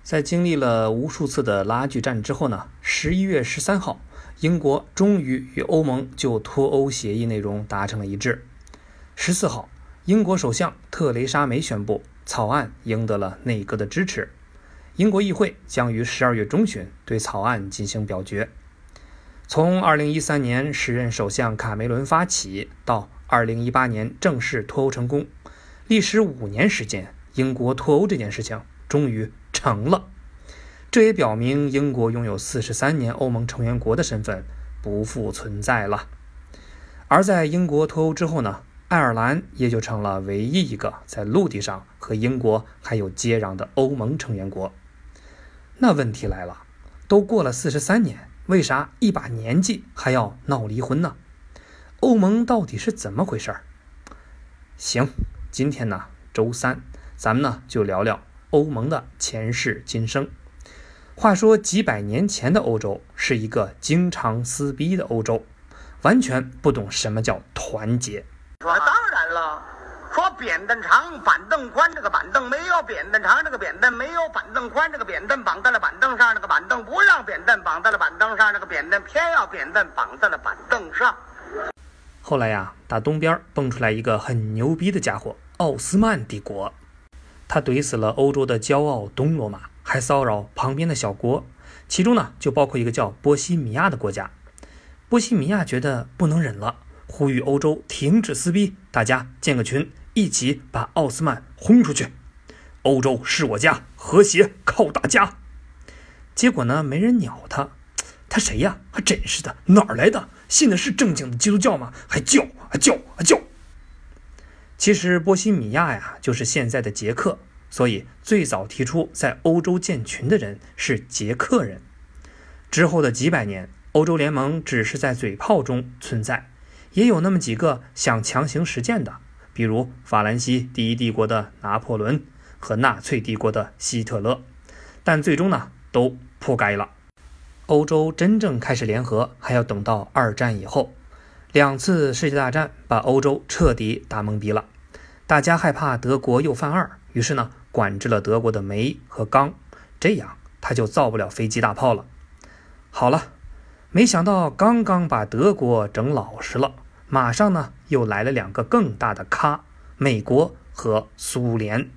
在经历了无数次的拉锯战之后呢，11月13号，英国终于与欧盟就脱欧协议内容达成了一致。14号，英国首相特蕾莎梅宣布草案赢得了内阁的支持，英国议会将于12月中旬对草案进行表决。从2013年时任首相卡梅伦发起，到2018年正式脱欧成功，历时5年时间，英国脱欧这件事情终于成了。这也表明英国拥有43年欧盟成员国的身份不复存在了。而在英国脱欧之后呢，爱尔兰也就成了唯一一个在陆地上和英国还有接壤的欧盟成员国。那问题来了，都过了43年，为啥一把年纪还要闹离婚呢？欧盟到底是怎么回事？行，今天呢周三，咱们呢就聊聊欧盟的前世今生。话说几百年前的欧洲是一个经常撕逼的欧洲，完全不懂什么叫团结。 当然了，说扁担长板凳宽，这个板凳没有扁担长，这个扁担没有板凳宽，这个扁担绑在了板凳上，这个板凳不让扁担绑在了板凳上，这个扁担偏要扁担绑在了板凳上。 后来呀，打东边蹦出来一个很牛逼的家伙——奥斯曼帝国。他怼死了欧洲的骄傲东罗马，还骚扰旁边的小国，其中呢就包括一个叫波西米亚的国家。波西米亚觉得不能忍了，呼吁欧洲停止撕逼，大家建个群，一起把奥斯曼轰出去。欧洲是我家，和谐靠大家。结果呢，没人鸟他。他谁呀？还真是的，哪儿来的？信的是正经的基督教吗？还叫啊叫啊叫！其实波西米亚呀，就是现在的捷克，所以最早提出在欧洲建群的人是捷克人。之后的几百年，欧洲联盟只是在嘴炮中存在，也有那么几个想强行实践的，比如法兰西第一帝国的拿破仑和纳粹帝国的希特勒，但最终呢都扑街了。欧洲真正开始联合还要等到2战以后，2次世界大战把欧洲彻底打懵逼了，大家害怕德国又犯二，于是呢管制了德国的煤和钢，这样他就造不了飞机大炮了。好了，没想到刚刚把德国整老实了，马上呢又来了2个更大的咖，美国和苏联。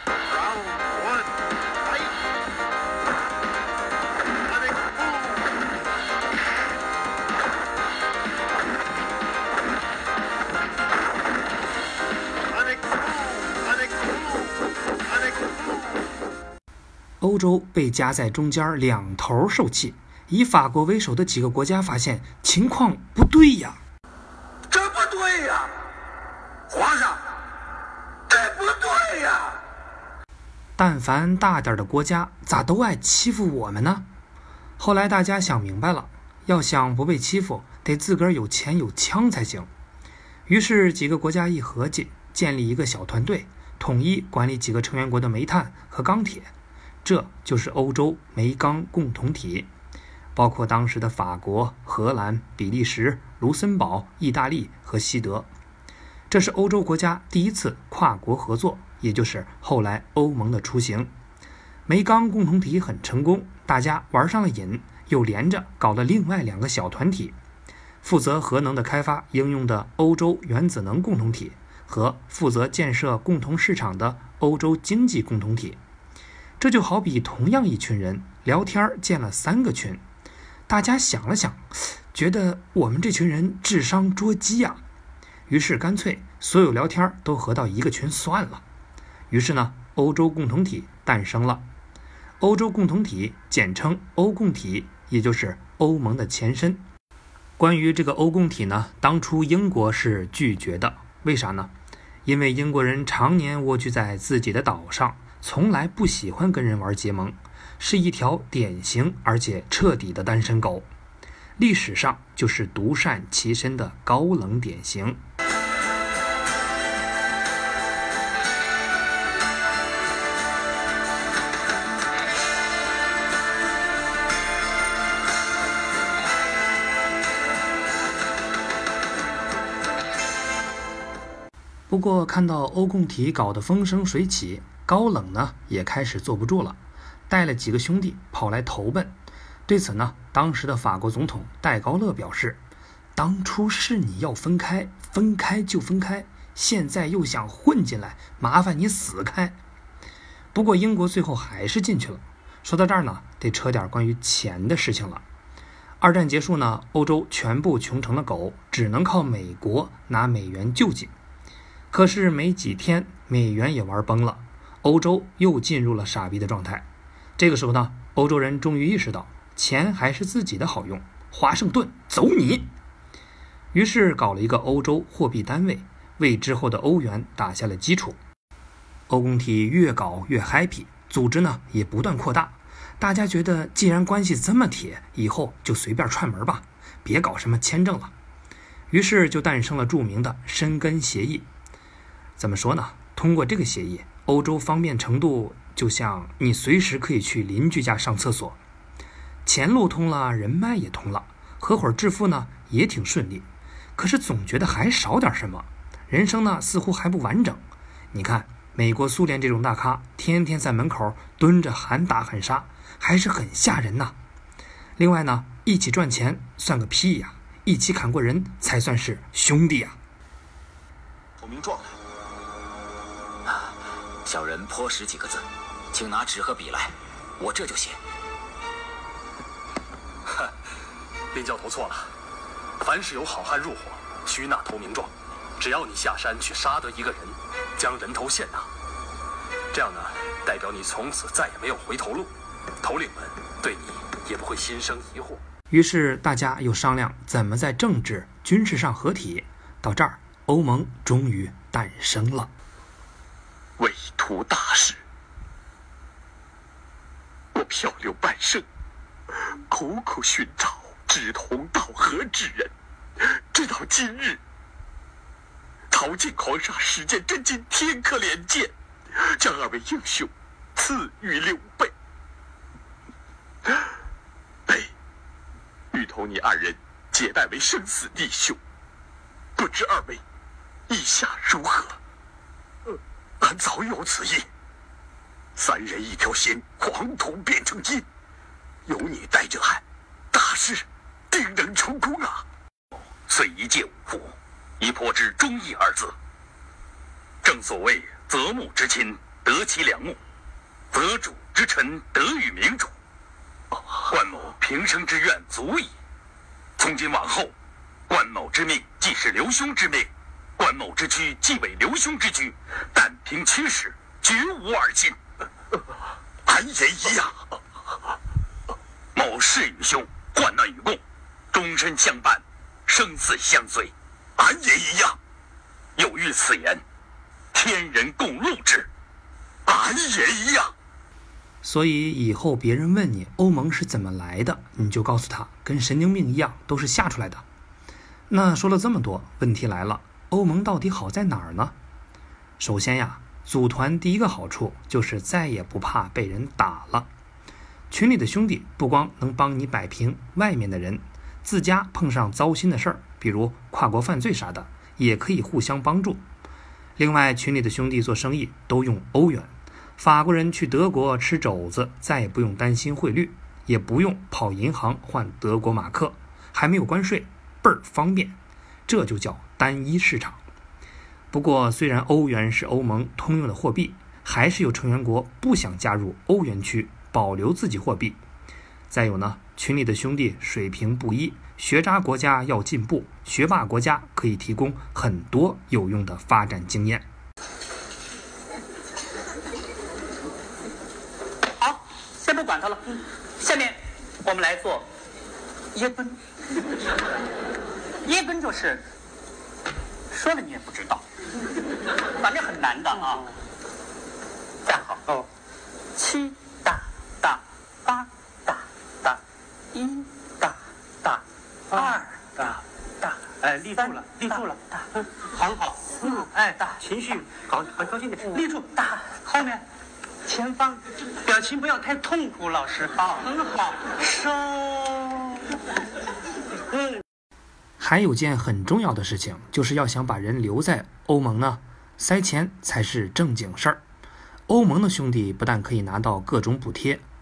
欧洲被夹在中间两头受气，以法国为首的几个国家发现情况不对呀， 这不对呀，皇上，这不对呀！ 但凡大点的国家咋都爱欺负我们呢？后来大家想明白了，要想不被欺负，得自个儿有钱有枪才行。于是几个国家一合计，建立一个小团队，统一管理几个成员国的煤炭和钢铁。这就是欧洲煤钢共同体，包括当时的法国、荷兰、比利时、卢森堡、意大利和西德。这是欧洲国家第一次跨国合作，也就是后来欧盟的雏形。煤钢共同体很成功，大家玩上了瘾，又连着搞了另外2个小团体，负责核能的开发应用的欧洲原子能共同体和负责建设共同市场的欧洲经济共同体。这就好比同样一群人聊天建了3个群，大家想了想，觉得我们这群人智商捉鸡呀，于是干脆所有聊天都合到一个群算了。于是呢，欧洲共同体诞生了。欧洲共同体简称欧共体，也就是欧盟的前身。关于这个欧共体呢，当初英国是拒绝的，为啥呢？因为英国人常年蜗居在自己的岛上，从来不喜欢跟人玩结盟，是一条典型而且彻底的单身狗，历史上就是独善其身的高冷典型。不过看到欧共体搞得风生水起，高冷呢也开始坐不住了。 带了几个兄弟跑来投奔。对此呢，当时的法国总统戴高乐表示，当初是你要分开，分开就分开，现在又想混进来，麻烦你死开。不过英国最后还是进去了。说到这儿呢，得扯点关于钱的事情了。二战结束呢，欧洲全部穷成了狗，只能靠美国拿美元救济。可是没几天，美元也玩崩了，欧洲又进入了傻逼的状态。这个时候呢，欧洲人终于意识到钱还是自己的好用，华盛顿走你！于是搞了一个欧洲货币单位，为之后的欧元打下了基础。欧共体越搞越 happy， 组织呢也不断扩大。大家觉得既然关系这么铁，以后就随便串门吧，别搞什么签证了。于是就诞生了著名的申根协议。怎么说呢？通过这个协议，欧洲方便程度就像你随时可以去邻居家上厕所，钱路通了，人脉也通了，合伙致富呢也挺顺利。可是总觉得还少点什么，人生呢似乎还不完整。你看美国苏联这种大咖，天天在门口蹲着喊打喊杀，还是很吓人呐。另外呢，一起赚钱算个屁呀，一起砍过人才算是兄弟呀。 投名状来，小人颇识几个字，请拿纸和笔来，我这就写。 林教头错了，凡是有好汉入伙，须纳投名状。只要你下山去杀得一个人，将人头现纳，这样呢，代表你从此再也没有回头路，头领们对你也不会心生疑惑。 于是大家又商量怎么在政治、军事上合体。到这儿，欧盟终于诞生了。 为图大事，我漂流半生，苦苦寻找志同道合之人，直到今日，陶敬皇上使见真金天可怜见，将二位英雄赐予刘备。备欲同你二人结拜为生死弟兄，不知二位意下如何？俺早有此意，三人一条心，黄土变成金，有你带着俺，大事定能成功啊！遂一介武夫，以颇知忠义二字。正所谓择木之亲，得其良木；择主之臣，得与明主。关某平生之愿足矣。从今往后，关某之命既是刘兄之命，关某之居既为刘兄之居，但凭驱使，绝无二心。俺也一样。某誓与兄患难与共，终身相伴，生死相随。俺也一样。有遇此言，天人共戮之。俺也一样。 所以以后别人问你欧盟是怎么来的，你就告诉他跟神经病一样，都是吓出来的。那说了这么多，问题来了，欧盟到底好在哪儿呢？首先呀，组团第一个好处就是再也不怕被人打了。群里的兄弟不光能帮你摆平外面的人，自家碰上糟心的事儿，比如跨国犯罪啥的，也可以互相帮助。另外，群里的兄弟做生意都用欧元，法国人去德国吃肘子再也不用担心汇率，也不用跑银行换德国马克，还没有关税，倍儿方便。这就叫单一市场。不过虽然欧元是欧盟通用的货币，还是有成员国不想加入欧元区，保留自己货币。再有呢，群里的兄弟水平不一，学渣国家要进步，学霸国家可以提供很多有用的发展经验。 好，先不管它了。下面我们来做耶奔。耶奔就是说了你也不知道，反正很难的啊。站好。哦。7大大8大大1大大2大大，立住了，立住了，大，很好。大，情绪高兴点，立住，大，后面。前方，表情不要太痛苦，老师。好，很好，收。 还有件很重要的事情，就是要想把人留在欧盟呢，塞钱才是正经事儿。欧盟的兄弟不但可以拿到各种补贴，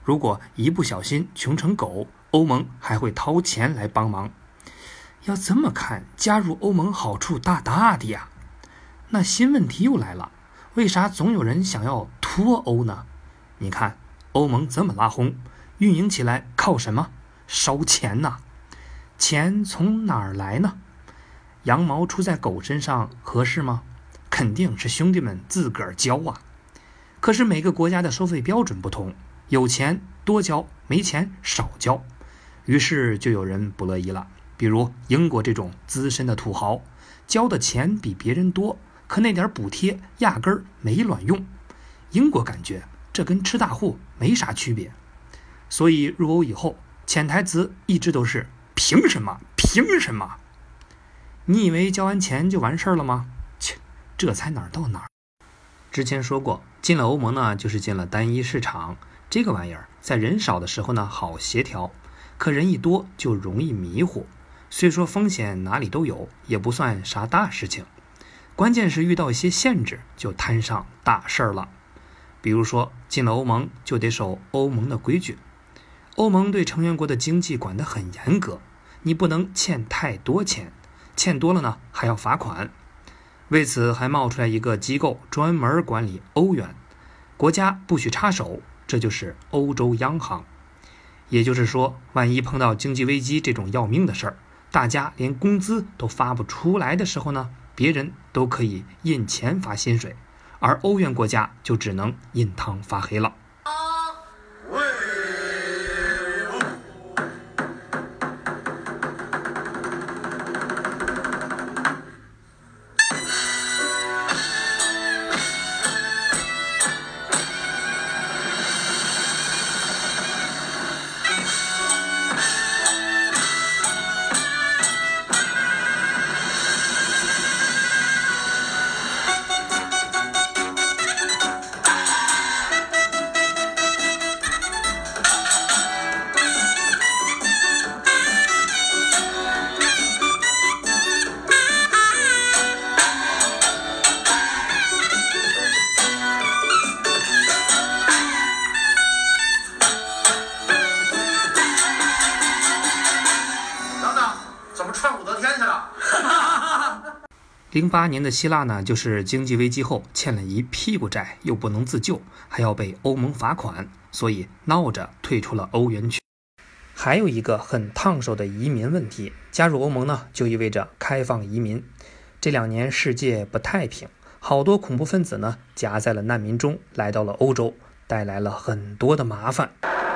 如果一不小心穷成狗，欧盟还会掏钱来帮忙。要这么看，加入欧盟好处大大的呀。那新问题又来了，为啥总有人想要脱欧呢？你看欧盟这么拉轰，运营起来靠什么？烧钱呐。钱从哪儿来呢？羊毛出在狗身上合适吗？肯定是兄弟们自个儿交啊。可是每个国家的收费标准不同，有钱多交，没钱少交。于是就有人不乐意了，比如英国这种资深的土豪，交的钱比别人多，可那点补贴压根儿没卵用。英国感觉这跟吃大户没啥区别。所以入欧以后，潜台词一直都是凭什么？凭什么？你以为交完钱就完事儿了吗？切，这才哪儿到哪儿。之前说过，进了欧盟呢，就是进了单一市场。这个玩意儿在人少的时候呢好协调，可人一多就容易迷糊。虽说风险哪里都有，也不算啥大事情。关键是遇到一些限制，就摊上大事儿了。比如说进了欧盟就得守欧盟的规矩。欧盟对成员国的经济管得很严格，你不能欠太多钱，欠多了呢还要罚款。为此还冒出来一个机构专门管理欧元，国家不许插手，这就是欧洲央行。也就是说，万一碰到经济危机这种要命的事儿，大家连工资都发不出来的时候呢，别人都可以印钱发薪水，而欧元国家就只能印堂发黑了。08年的希腊呢，就是经济危机后欠了一屁股债，又不能自救，还要被欧盟罚款，所以闹着退出了欧元区。还有一个很烫手的移民问题，加入欧盟呢，就意味着开放移民。这2年世界不太平，好多恐怖分子呢夹在了难民中，来到了欧洲，带来了很多的麻烦。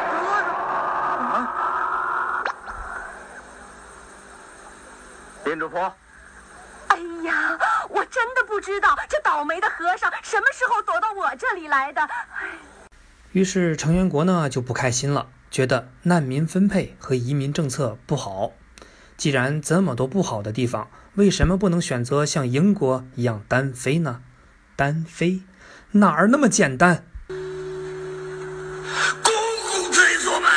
店主婆， 哎呀，我真的不知道这倒霉的和尚什么时候躲到我这里来的。 于是成员国呢就不开心了，觉得难民分配和移民政策不好。既然这么多不好的地方，为什么不能选择像英国一样单飞呢？单飞哪儿那么简单？ 公公这所买，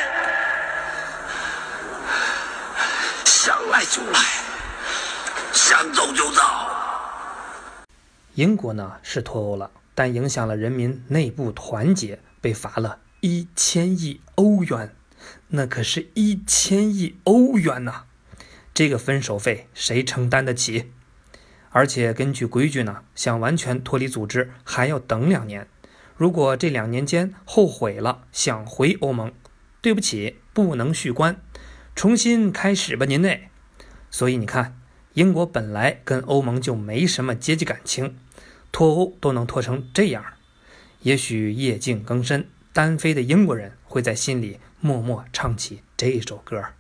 想来就来，想走就走。 英国呢是脱欧了，但影响了人民内部团结，被罚了1000亿欧元，那可是1000亿欧元呐！这个分手费谁承担得起？而且根据规矩呢，想完全脱离组织还要等2年。如果这2年间后悔了，想回欧盟，对不起，不能续关，重新开始吧您嘞。所以你看，英国本来跟欧盟就没什么阶级感情，脱欧都能脱成这样。也许夜静更深，单飞的英国人会在心里默默唱起这首歌。